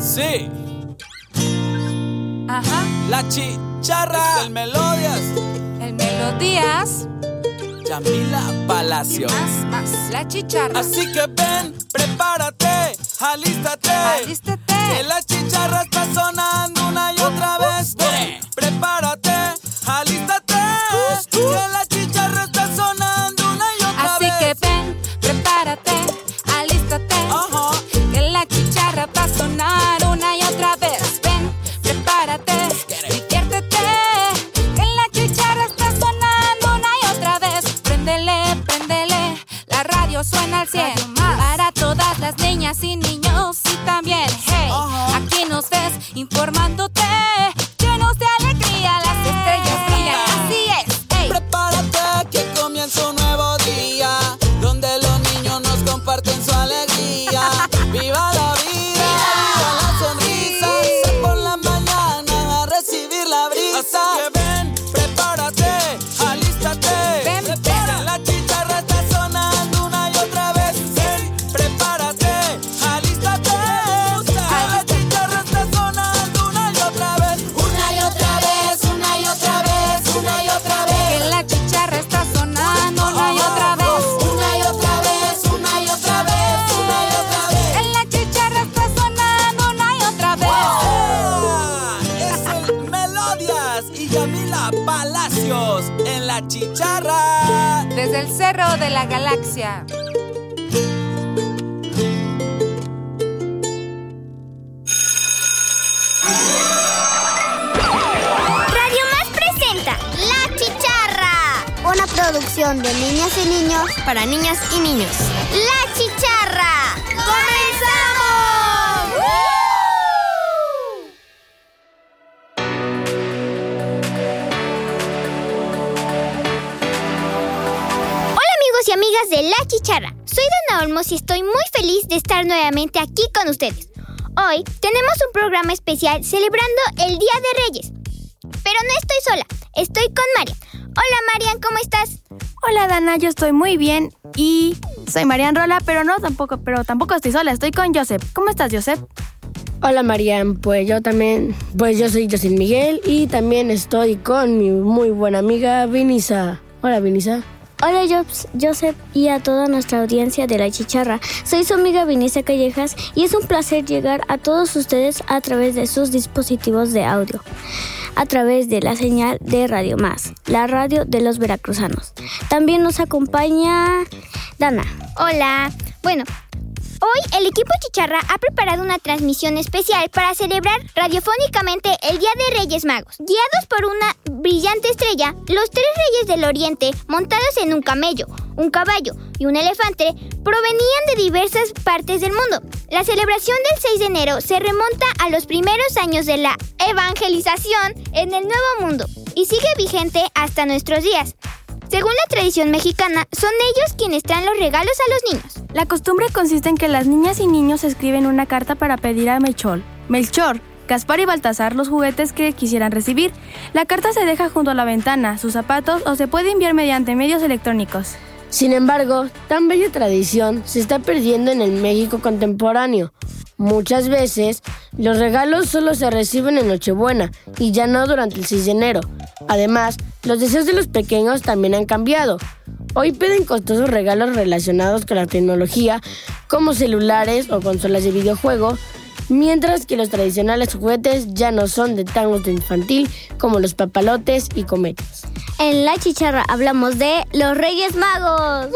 Sí. Ajá. La chicharra. El Melodías. El Melodías. Yamila Palacios. Más. La chicharra. Así que ven, prepárate, alístate. Que la chicharra está sonando una y otra vez. Ven, prepárate, alístate. Que la chicharra está sonando una y otra vez. Así que ven, prepárate, alístate. Que la chicharra va a sonar una y otra vez. Ven, prepárate, diviértete. Que la chicharra está sonando una y otra vez. Préndele, la radio suena al 100. Para todas las niñas y niños y también, hey, aquí nos ves informándote. Llenos de alegría, las estrellas brillan, así es, hey. Prepárate que comienza un nuevo día, donde los niños nos comparten su alegría. ¡Viva la vida! ¡Viva la sonrisa! Sal por la mañana a recibir la brisa. Así que ven, prepárate, alístate. Ven, la chicharra está sonando una y otra vez. Ven, prepárate, alístate. La chicharra está sonando una y otra vez. Una y otra vez, una y otra vez, una y otra vez. Que la chicharra está sonando una y otra vez. Una y otra vez, una y otra vez, una y otra vez. Que la chicharra está sonando una y otra vez. Es el Melodías y Yamila Palacios en la chicharra. Desde el Cerro de la Galaxia. Radio Más presenta La Chicharra, una producción de niñas y niños para niñas y niños. La Chicharra. ¡Comenzamos! Hola amigos y amigas de La Chicharra. Soy Dana Olmos y estoy muy feliz de estar nuevamente aquí con ustedes. Hoy tenemos un programa especial celebrando el Día de Reyes. Pero no estoy sola, estoy con Marian. Hola Marian, ¿cómo estás? Hola Dana, yo estoy muy bien y soy Marian Rola, pero tampoco estoy sola, estoy con Joseph. ¿Cómo estás, Joseph? Hola Marian, pues yo soy José Miguel y también estoy con mi muy buena amiga Vinisa. Hola Vinisa. Hola Joseph y a toda nuestra audiencia de La Chicharra. Soy su amiga Vinisa Callejas y es un placer llegar a todos ustedes a través de sus dispositivos de audio, a través de la señal de Radio Más, la radio de los veracruzanos. También nos acompaña Dana. Hola. Bueno, hoy el equipo Chicharra ha preparado una transmisión especial para celebrar radiofónicamente el Día de Reyes Magos. Guiados por una brillante estrella, los 3 reyes del Oriente, montados en un camello, un caballo y un elefante, provenían de diversas partes del mundo. La celebración del 6 de enero se remonta a los primeros años de la evangelización en el Nuevo Mundo y sigue vigente hasta nuestros días. Según la tradición mexicana, son ellos quienes traen los regalos a los niños. La costumbre consiste en que las niñas y niños escriben una carta para pedir a Melchor, Gaspar y Baltasar los juguetes que quisieran recibir. La carta se deja junto a la ventana, sus zapatos o se puede enviar mediante medios electrónicos. Sin embargo, tan bella tradición se está perdiendo en el México contemporáneo. Muchas veces, los regalos solo se reciben en Nochebuena y ya no durante el 6 de enero. Además, los deseos de los pequeños también han cambiado. Hoy piden costosos regalos relacionados con la tecnología, como celulares o consolas de videojuego, mientras que los tradicionales juguetes ya no son de tan gusto infantil como los papalotes y cometas. En La Chicharra hablamos de los Reyes Magos.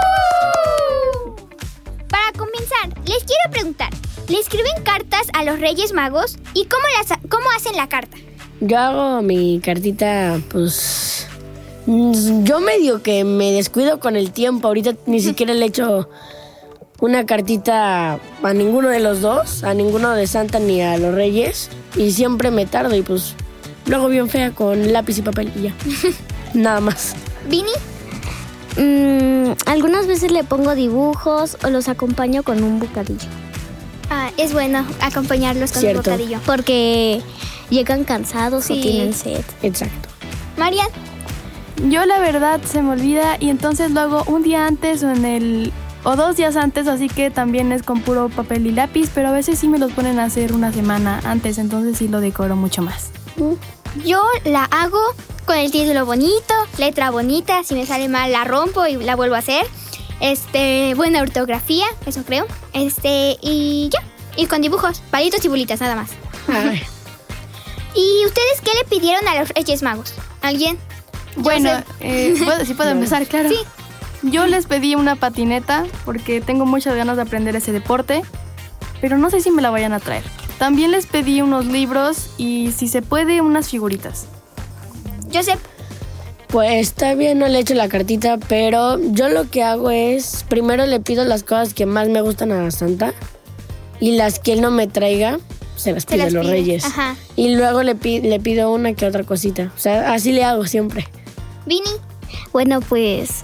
Para comenzar, les quiero preguntar, ¿le escriben cartas a los Reyes Magos? ¿Y cómo hacen la carta? Yo hago mi cartita, pues... Yo medio que me descuido con el tiempo. Ahorita ni siquiera le echo una cartita a ninguno de los dos, a ninguno de Santa ni a los Reyes. Y siempre me tardo y pues lo hago bien fea con lápiz y papel y ya. Nada más. ¿Vini? Algunas veces le pongo dibujos o los acompaño con un bocadillo. Es bueno acompañarlos con un bocadillo. Porque llegan cansados o tienen sed. Exacto. Marian. Yo la verdad se me olvida y entonces lo hago un día antes o en el o 2 días antes, así que también es con puro papel y lápiz, pero a veces sí me los ponen a hacer una semana antes, entonces sí lo decoro mucho más. Yo la hago con el título bonito, letra bonita, si me sale mal la rompo y la vuelvo a hacer. Buena ortografía, eso creo. Y ya. Y con dibujos, palitos y bolitas, nada más. Ay. ¿Y ustedes qué le pidieron a los Reyes Magos? ¿Alguien? Bueno, sí puedo empezar, claro. Sí. Yo les pedí una patineta porque tengo muchas ganas de aprender ese deporte, pero no sé si me la vayan a traer. También les pedí unos libros y, si se puede, unas figuritas. Joseph. Pues todavía no le he hecho la cartita, pero yo lo que hago es, primero le pido las cosas que más me gustan a Santa y las que él no me traiga, se las pido a los Reyes. Ajá. Y luego le pido una que otra cosita. O sea, así le hago siempre. Vini. Bueno, pues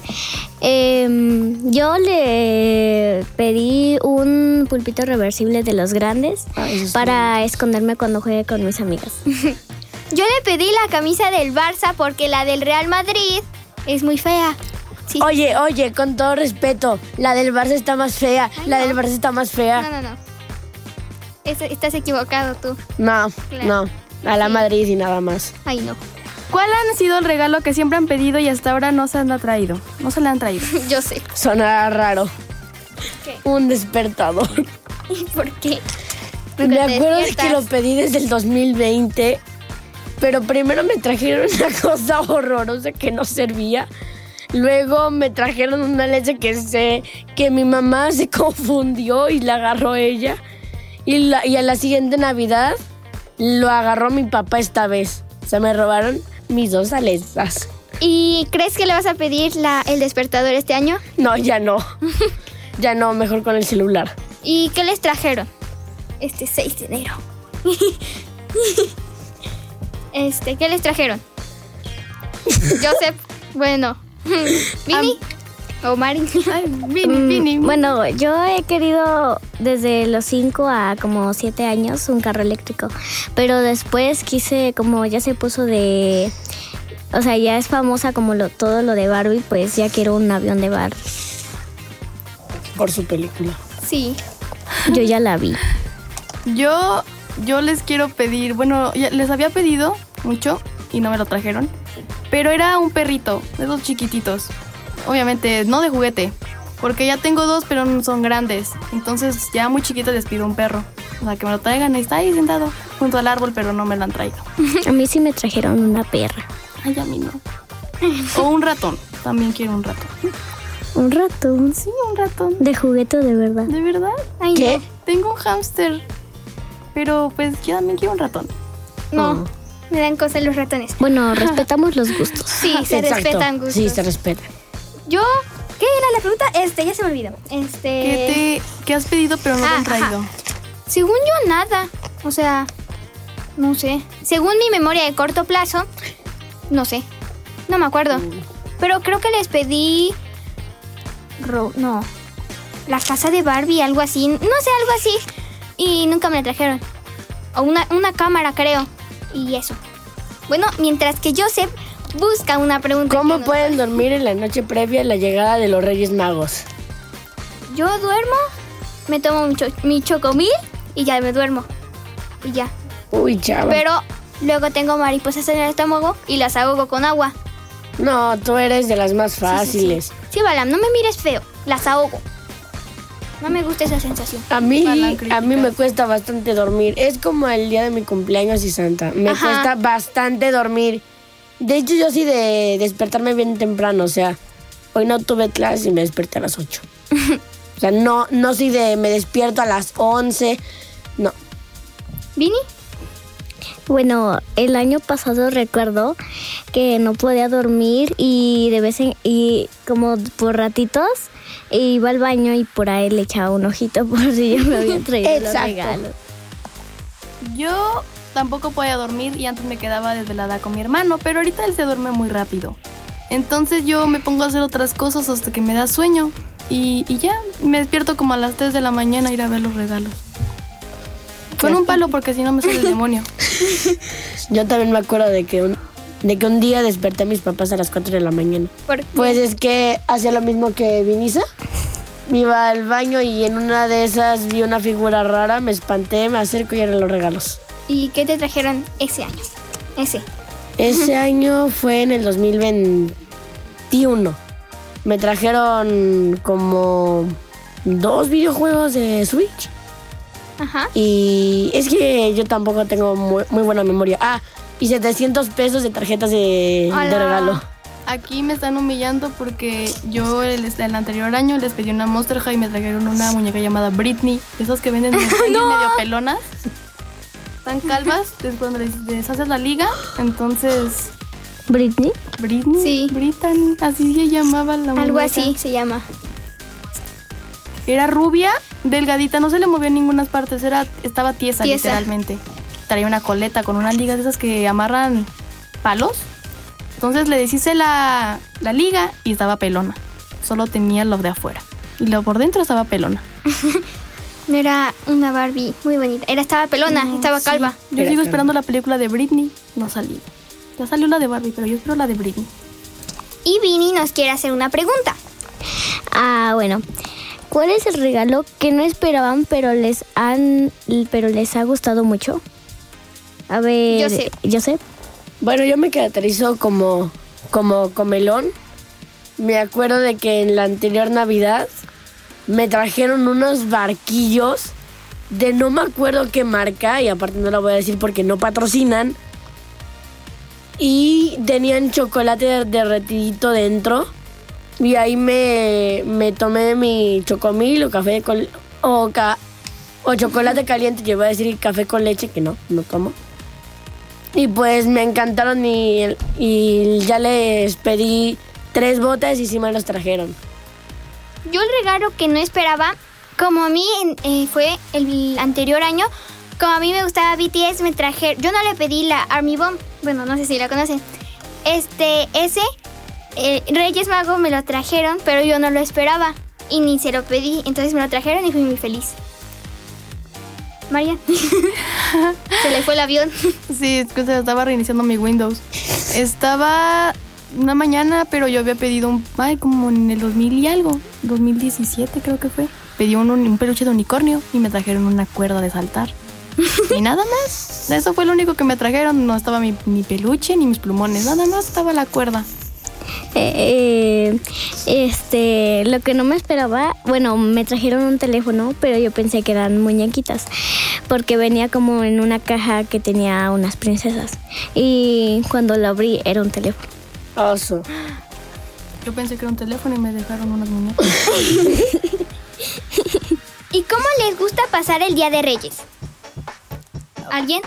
yo le pedí un pulpito reversible de los grandes para esconderme cuando juegue con mis amigas. Yo le pedí la camisa del Barça porque la del Real Madrid es muy fea. Sí. Oye, con todo respeto, la del Barça está más fea. Ay, la no. del Barça está más fea. No. Estás equivocado tú. No, Claro. no. A la Madrid y nada más. Ay, no. ¿Cuál ha sido el regalo que siempre han pedido y hasta ahora no se le han traído? Yo sé. Sonará raro. ¿Qué? Un despertador. ¿Y por qué? Me Nunca te acuerdo de que despiertas. lo pedí desde el 2020, pero primero me trajeron una cosa horrorosa que no servía. Luego me trajeron una leche que mi mamá se confundió y la agarró ella. Y a la siguiente Navidad lo agarró mi papá esta vez. O sea, me robaron mis 2 aletas. ¿Y crees que le vas a pedir el despertador este año? No, ya no. Ya no, mejor con el celular. ¿Y qué les trajeron? 6 de enero. ¿Qué les trajeron? Joseph, bueno. ¿Vini? ¿O Mari? Ay, Vini. Bueno, yo he querido desde los 5 a como 7 años un carro eléctrico, pero después quise, como ya se puso de... O sea, ya es famosa como todo lo de Barbie, pues ya quiero un avión de Barbie. Por su película. Sí. Yo ya la vi. Yo les quiero pedir, bueno, ya les había pedido mucho y no me lo trajeron, pero era un perrito, de esos chiquititos. Obviamente no de juguete, porque ya tengo 2, pero no son grandes. Entonces ya muy chiquito les pido un perro. O sea, que me lo traigan. Está ahí sentado junto al árbol, pero no me lo han traído. A mí sí me trajeron una perra. Ay, a mí no. O un ratón. También quiero un ratón. Un ratón. Sí, un ratón. De juguete de verdad. ¿De verdad? Ay, ¿Qué? Tengo un hámster, pero pues yo también quiero un ratón. No, me dan cosas los ratones. Bueno, respetamos los gustos. Sí, se Exacto. respetan gustos. Sí, se respetan. Yo, ¿qué era la pregunta? Ya se me olvidó. ¿Qué has pedido pero no te han traído? Ajá. Según yo, nada. O sea, no sé. Según mi memoria de corto plazo, no sé. No me acuerdo. Pero creo que les pedí... No. La casa de Barbie, algo así. No sé, algo así. Y nunca me la trajeron. O una cámara, creo. Y eso. Bueno, mientras que Joseph busca una pregunta. ¿Cómo que no- pueden dormir en la noche previa a la llegada de los Reyes Magos? Yo duermo, me tomo mi chocomil y ya me duermo. Y ya. Uy, chava. Pero luego tengo mariposas en el estómago y las ahogo con agua. No, tú eres de las más fáciles. Sí, Balam, no me mires feo. Las ahogo. No me gusta esa sensación. A mí Balan me cuesta bastante dormir. Es como el día de mi cumpleaños y Santa. Me Ajá. cuesta bastante dormir. De hecho, yo sí de despertarme bien temprano. O sea, hoy no tuve clase y me desperté a las 8. O sea, no soy de me despierto a las 11. No. ¿Vini? Bueno, el año pasado recuerdo que no podía dormir y y como por ratitos iba al baño y por ahí le echaba un ojito por si yo me había traído los Exacto. regalos. Yo tampoco podía dormir y antes me quedaba desvelada con mi hermano, pero ahorita él se duerme muy rápido. Entonces yo me pongo a hacer otras cosas hasta que me da sueño y ya, me despierto como a las 3 de la mañana a ir a ver los regalos. Con un palo porque si no me sale el demonio. Yo también me acuerdo de que un día desperté a mis papás a las 4 de la mañana. ¿Por qué? Pues es que hacía lo mismo que Vinisa. iba al baño y en una de esas vi una figura rara, me espanté, me acerco y eran los regalos. ¿Y qué te trajeron ese año? Ese año fue en el 2021. Me trajeron como 2 videojuegos de Switch. Ajá. Y es que yo tampoco tengo muy buena memoria. Y 700 pesos de tarjetas de regalo. Aquí me están humillando porque yo el anterior año les pedí una Monster High y me trajeron una muñeca llamada Britney. Esas que venden medio pelonas. Están calvas, es cuando les haces la liga. Entonces... ¿Britney? ¿Britney? Sí. Britney, así se llamaba la muñeca. Algo así se llama. Era rubia, delgadita, no se le movía en ninguna parte, estaba tiesa literalmente. Traía una coleta con unas ligas de esas que amarran palos. Entonces le deshice la liga y estaba pelona. Solo tenía lo de afuera. Y lo por dentro estaba pelona. No era una Barbie muy bonita. Estaba pelona, estaba calva. Yo sigo esperando la película de Britney. No salió. Ya salió la de Barbie, pero yo espero la de Britney. Y Vini nos quiere hacer una pregunta. Bueno. ¿Cuál es el regalo que no esperaban pero les ha gustado mucho? A ver, yo sé. Bueno, yo me caracterizo como comelón. Me acuerdo de que en la anterior Navidad me trajeron unos barquillos de no me acuerdo qué marca, y aparte no la voy a decir porque no patrocinan. Y tenían chocolate derretidito dentro. Y ahí me tomé mi chocomil o café o chocolate caliente. Yo iba a decir café con leche, que no tomo. Y pues me encantaron y ya les pedí 3 botes y sí me los trajeron. Yo el regalo que no esperaba, como a mí fue el anterior año, como a mí me gustaba BTS, me trajeron... Yo no le pedí la Army Bomb, bueno, no sé si la conocen. Reyes Magos me lo trajeron, pero yo no lo esperaba y ni se lo pedí, entonces me lo trajeron y fui muy feliz. María, se le fue el avión. Sí, es que estaba reiniciando mi Windows. Estaba una mañana, pero yo había pedido como en el 2000 y algo, 2017 creo que fue. Pedí un peluche de unicornio y me trajeron una cuerda de saltar. Y nada más, eso fue lo único que me trajeron. No estaba mi peluche ni mis plumones, nada más estaba la cuerda. Lo que no me esperaba, bueno, me trajeron un teléfono, pero yo pensé que eran muñequitas, porque venía como en una caja que tenía unas princesas, y cuando lo abrí era un teléfono. Oso. Yo pensé que era un teléfono y me dejaron unas muñecas. ¿Y cómo les gusta pasar el Día de Reyes? ¿Alguien?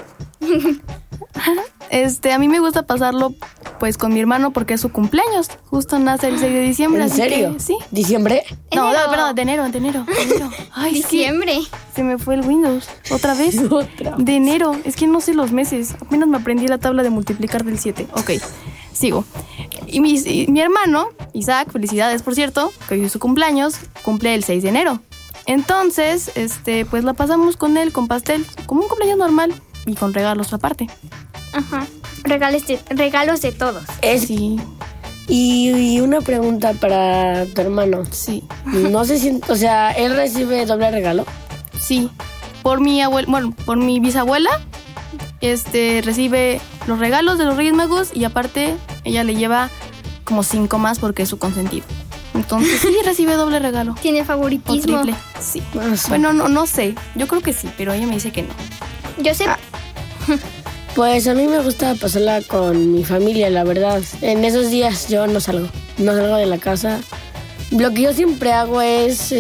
A mí me gusta pasarlo pues con mi hermano porque es su cumpleaños. Justo nace el 6 de diciembre. ¿En serio? Sí. ¿Diciembre? No, perdón, de enero. Ay, diciembre. Se me fue el Windows. ¿Otra vez? De enero. Es que no sé los meses. Apenas me aprendí la tabla de multiplicar del 7. Ok, sigo. Y mi hermano, Isaac, felicidades por cierto, que hoy es su cumpleaños, cumple el 6 de enero. Entonces, pues la pasamos con él, con pastel, como un cumpleaños normal y con regalos aparte. Ajá. Regalos de todos. Sí. Y una pregunta para tu hermano. Sí. No sé si, o sea, ¿él recibe doble regalo? Sí. Por mi bisabuela, recibe los regalos de los Reyes Magos y aparte ella le lleva como 5 más porque es su consentido. Entonces sí recibe doble regalo. ¿Tiene favoritismo? O triple, sí. Bueno, no sé. Yo creo que sí, pero ella me dice que no. Yo sé. Pues a mí me gusta pasarla con mi familia, la verdad. En esos días yo no salgo de la casa. Lo que yo siempre hago es,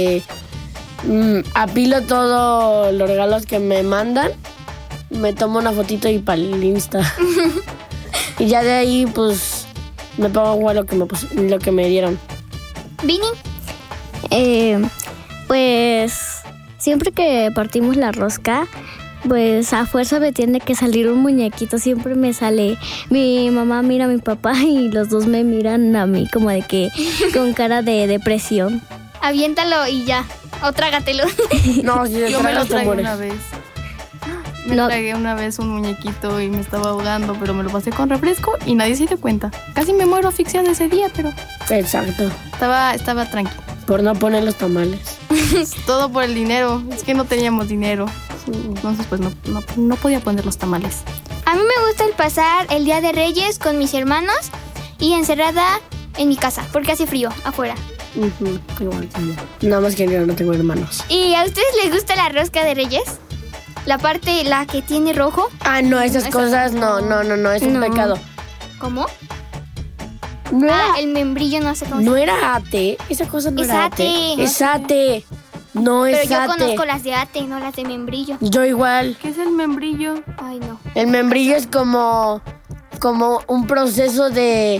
apilo todos los regalos que me mandan, me tomo una fotito y para el Insta. Y ya de ahí, pues, me pongo a jugar lo que me dieron. ¿Vini? Pues, siempre que partimos la rosca, pues a fuerza me tiene que salir un muñequito, siempre me sale. Mi mamá mira a mi papá y los dos me miran a mí como de que con cara de depresión. Aviéntalo y ya, o trágatelo. No, si yo me lo tragué mueres. una vez. Me tragué una vez un muñequito y me estaba ahogando, pero me lo pasé con refresco y nadie se dio cuenta. Casi me muero asfixiada ese día, pero... Exacto. Estaba tranqui. Por no poner los tamales. Todo por el dinero. Es que no teníamos dinero. Entonces, pues no podía poner los tamales. A mí me gusta el pasar el Día de Reyes con mis hermanos y encerrada en mi casa, porque hace frío afuera. Igual también. Nada más que yo no tengo hermanos. ¿Y a ustedes les gusta la rosca de Reyes? La parte, la que tiene rojo. Ah, no, esas cosas no, es un pecado. ¿Cómo? No era, el membrillo, no sé cómo no se era ate, esa cosa no Es era ate. ate. Es ate. No Pero es yo ate. conozco las de ate, no las de membrillo. Yo igual. ¿Qué es el membrillo? Ay, no. El membrillo es como un proceso de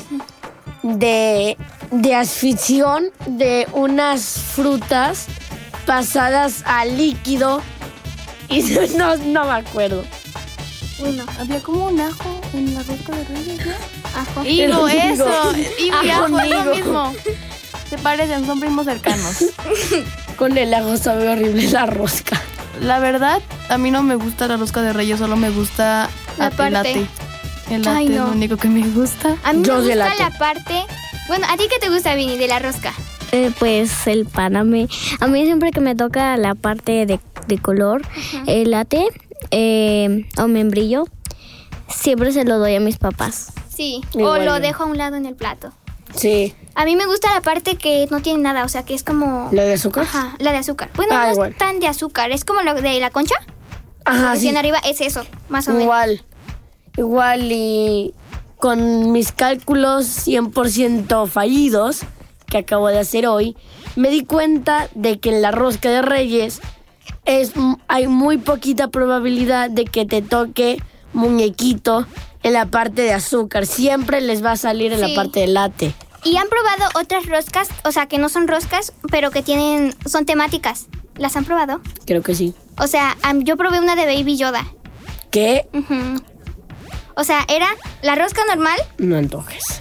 asfixión de unas frutas pasadas a líquido. Y no me acuerdo. Uno. Había como un ajo en la rosca de Reyes, ¿no? Ajo. Higo, eso. Higo y ajo es higo. lo mismo. Se parecen, son primos cercanos. Con el ajo sabe horrible la rosca. La verdad, a mí no me gusta la rosca de Reyes, solo me gusta La el parte. latte. El latte Ay, no. es lo único que me gusta. A mí Yo me de gusta latte. la parte... Bueno, ¿a ti qué te gusta, Vini, de la rosca? Pues el pan. A mí siempre que me toca la parte de color, el latte o membrillo, siempre se lo doy a mis papás. Sí. Igual o lo yo. dejo a un lado en el plato. Sí. A mí me gusta la parte que no tiene nada, o sea, que es como... ¿La de azúcar? Ajá, la de azúcar. Bueno, no igual. es tan de azúcar, es como lo de la concha. Ajá, Recién sí. arriba es eso, más o menos. Igual y con mis cálculos 100% fallidos que acabo de hacer hoy, me di cuenta de que en la rosca de Reyes hay muy poquita probabilidad de que te toque muñequito en la parte de azúcar. Siempre les va a salir en Sí. la parte de latte. Y han probado otras roscas, o sea, que no son roscas, pero que son temáticas. ¿Las han probado? Creo que sí. O sea, yo probé una de Baby Yoda. ¿Qué? Ujú. O sea, era la rosca normal, No antojes.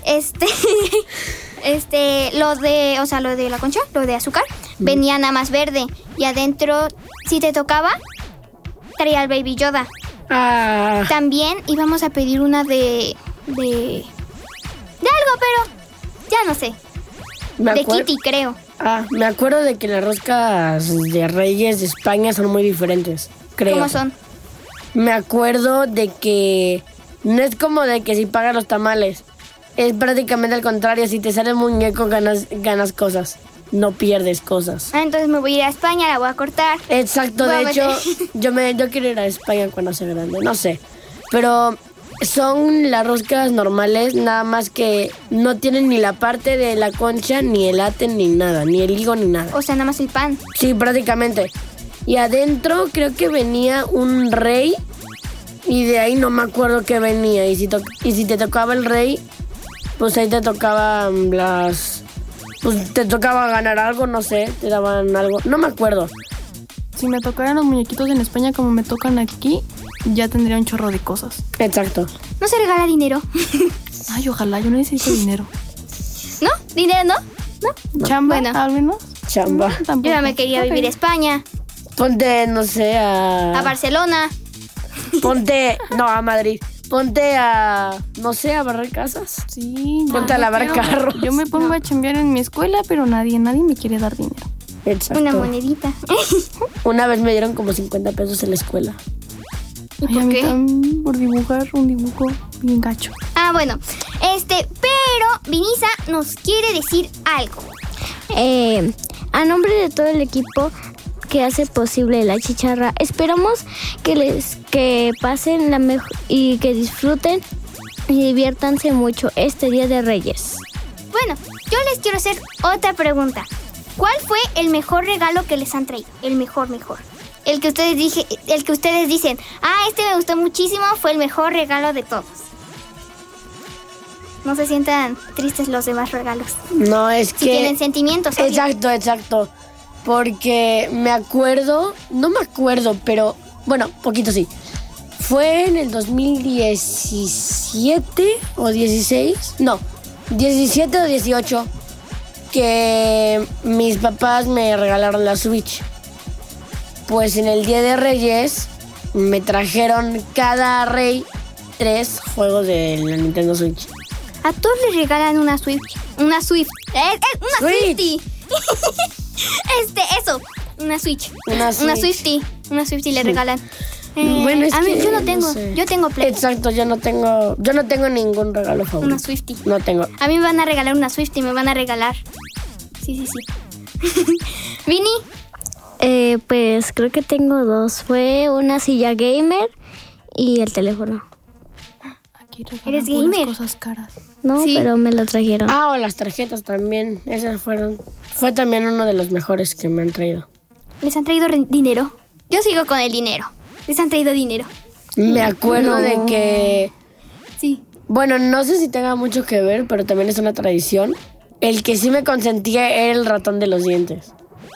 lo de la concha, lo de azúcar, venía nada más verde. Y adentro, si te tocaba, traía el Baby Yoda. Ah, También íbamos a pedir una de algo, pero ya no sé. me De acuerdo. Kitty, creo. Me acuerdo de que las roscas de Reyes de España son muy diferentes, creo. ¿Cómo son? Me acuerdo de que no es como de que si pagas los tamales. Es prácticamente al contrario. Si te sale el muñeco, ganas cosas. No pierdes cosas. Ah, entonces me voy a ir a España, la voy a cortar. Exacto, Voy a de hecho, meter- yo quiero ir a España cuando sea grande. No sé. Pero son las roscas normales, nada más que no tienen ni la parte de la concha, ni el latte, ni nada. Ni el higo, ni nada. O sea, nada más el pan. Sí, prácticamente. Y adentro creo que venía un rey y de ahí no me acuerdo qué venía. Y si te tocaba el rey, pues ahí te tocaban pues te tocaba ganar algo, no sé, te daban algo. No me acuerdo. Si me tocaran los muñequitos en España como me tocan aquí, ya tendría un chorro de cosas. Exacto. No se regala dinero. Ay, ojalá, yo necesito dinero. ¿No? ¿Dinero no? ¿No? ¿Chamba? Bueno. ¿Al menos? Chamba. Tampoco. Yo no me quería Ok. vivir a España, Ponte, no sé, a Barcelona. Ponte, no, a Madrid. Ponte a, no sé, a barrer casas. Sí. Ponte a lavar carros. Yo me pongo a chambear en mi escuela, pero nadie me quiere dar dinero. Exacto. Una monedita. Una vez me dieron como 50 pesos en la escuela. ¿Y Ay, por a mí qué? también, por dibujar un dibujo bien gacho. Ah, bueno. Pero Vinisa nos quiere decir algo. A nombre de todo el equipo que hace posible la chicharra, esperamos que pasen la mejor y que disfruten y diviértanse mucho este Día de Reyes. Bueno, yo les quiero hacer otra pregunta. ¿Cuál fue el mejor regalo que les han traído? El mejor. El que ustedes dicen, este me gustó muchísimo, fue el mejor regalo de todos. No se sientan tristes los demás regalos. No, es Si que... tienen sentimientos. obvio. Exacto. Porque no me acuerdo, pero bueno, poquito sí. Fue en el 2017 o 16, no, 17 o 18 que mis papás me regalaron la Switch. Pues en el Día de Reyes me trajeron cada rey 3 juegos de la Nintendo Switch. A todos les regalan una Switch. Una Swiftie. Switch. Swiftie. Eso. Una Switch. Una Swiftie. Una Swiftie le regalan. Bueno, es a mí que yo no tengo. no sé. Yo tengo Play. Exacto, yo no tengo ningún regalo favorito. Una Swiftie. No tengo. A mí me van a regalar una Swiftie, me van a regalar. Sí. Vini, Pues creo que tengo 2. Fue una silla gamer y el teléfono. Aquí regalan ¿Eres puras gamer? cosas caras. No, Sí. pero me lo trajeron. O las tarjetas también. Fue también uno de los mejores que me han traído. ¿les han traído dinero? Yo sigo con el dinero. ¿Les han traído dinero? Me acuerdo de que, Sí. bueno, no sé si tenga mucho que ver, pero también es una tradición. El que sí me consentía era el ratón de los dientes.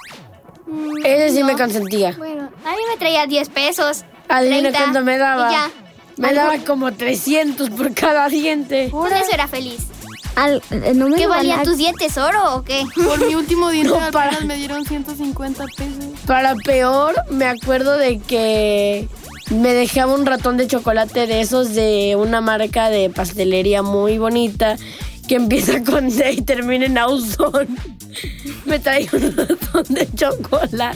Ese sí no. me consentía. Bueno, a mí me traía 10 pesos. Adivina 30, cuánto me daba. y ya. Me daba como 300 por cada diente. Por eso era feliz. No me ¿Qué lo van valían a- tus dientes? ¿Oro o qué? Por mi último diente No, para- apenas me dieron 150 pesos. Para peor, me acuerdo de que me dejaba un ratón de chocolate de esos de una marca de pastelería muy bonita que empieza con D y termina en Ausón. Me traía un ratón de chocolate.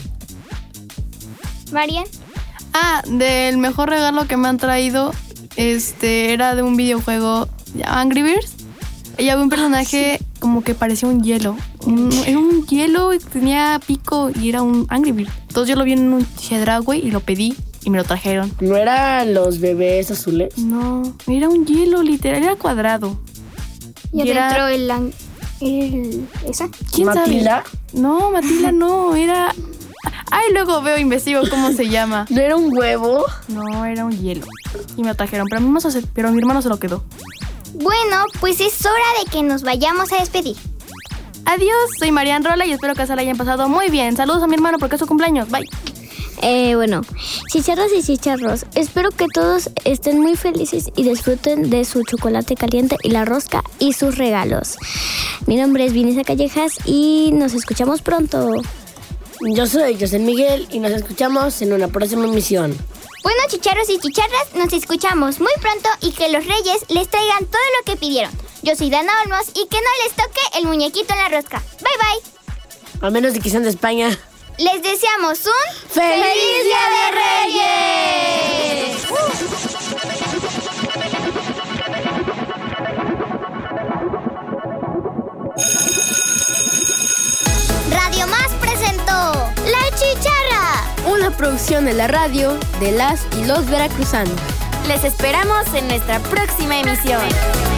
Marian, Del mejor regalo que me han traído, era de un videojuego Angry Birds. Y había un personaje como que parecía un hielo. Era un hielo y tenía pico y era un Angry Bird. Entonces yo lo vi en un Chedraui y lo pedí y me lo trajeron. ¿No eran los bebés azules? No, era un hielo literal, era cuadrado. y Y era- adentro ¿esa? ¿Quién ¿Matilda? sabe? No, Matilda no, era... Ay, luego investigo cómo se llama. ¿No era un huevo? No, era un hielo. Y me lo trajeron, pero mi hermano se lo quedó. Bueno, pues es hora de que nos vayamos a despedir. Adiós, soy Marian Rola y espero que se la hayan pasado muy bien. Saludos a mi hermano porque es su cumpleaños. Bye. Bueno, chicharras y chicharros, espero que todos estén muy felices y disfruten de su chocolate caliente y la rosca y sus regalos. Mi nombre es Vanessa Callejas y nos escuchamos pronto. Yo soy José Miguel y nos escuchamos en una próxima emisión. Bueno, chicharros y chicharras, nos escuchamos muy pronto y que los reyes les traigan todo lo que pidieron. Yo soy Dana Olmos y que no les toque el muñequito en la rosca. Bye, bye. A menos de que sean de España. Les deseamos un ¡Feliz Día de Reyes! Radio Más presentó La Chicharra. Una producción de la radio de las y los veracruzanos. Les esperamos en nuestra próxima emisión.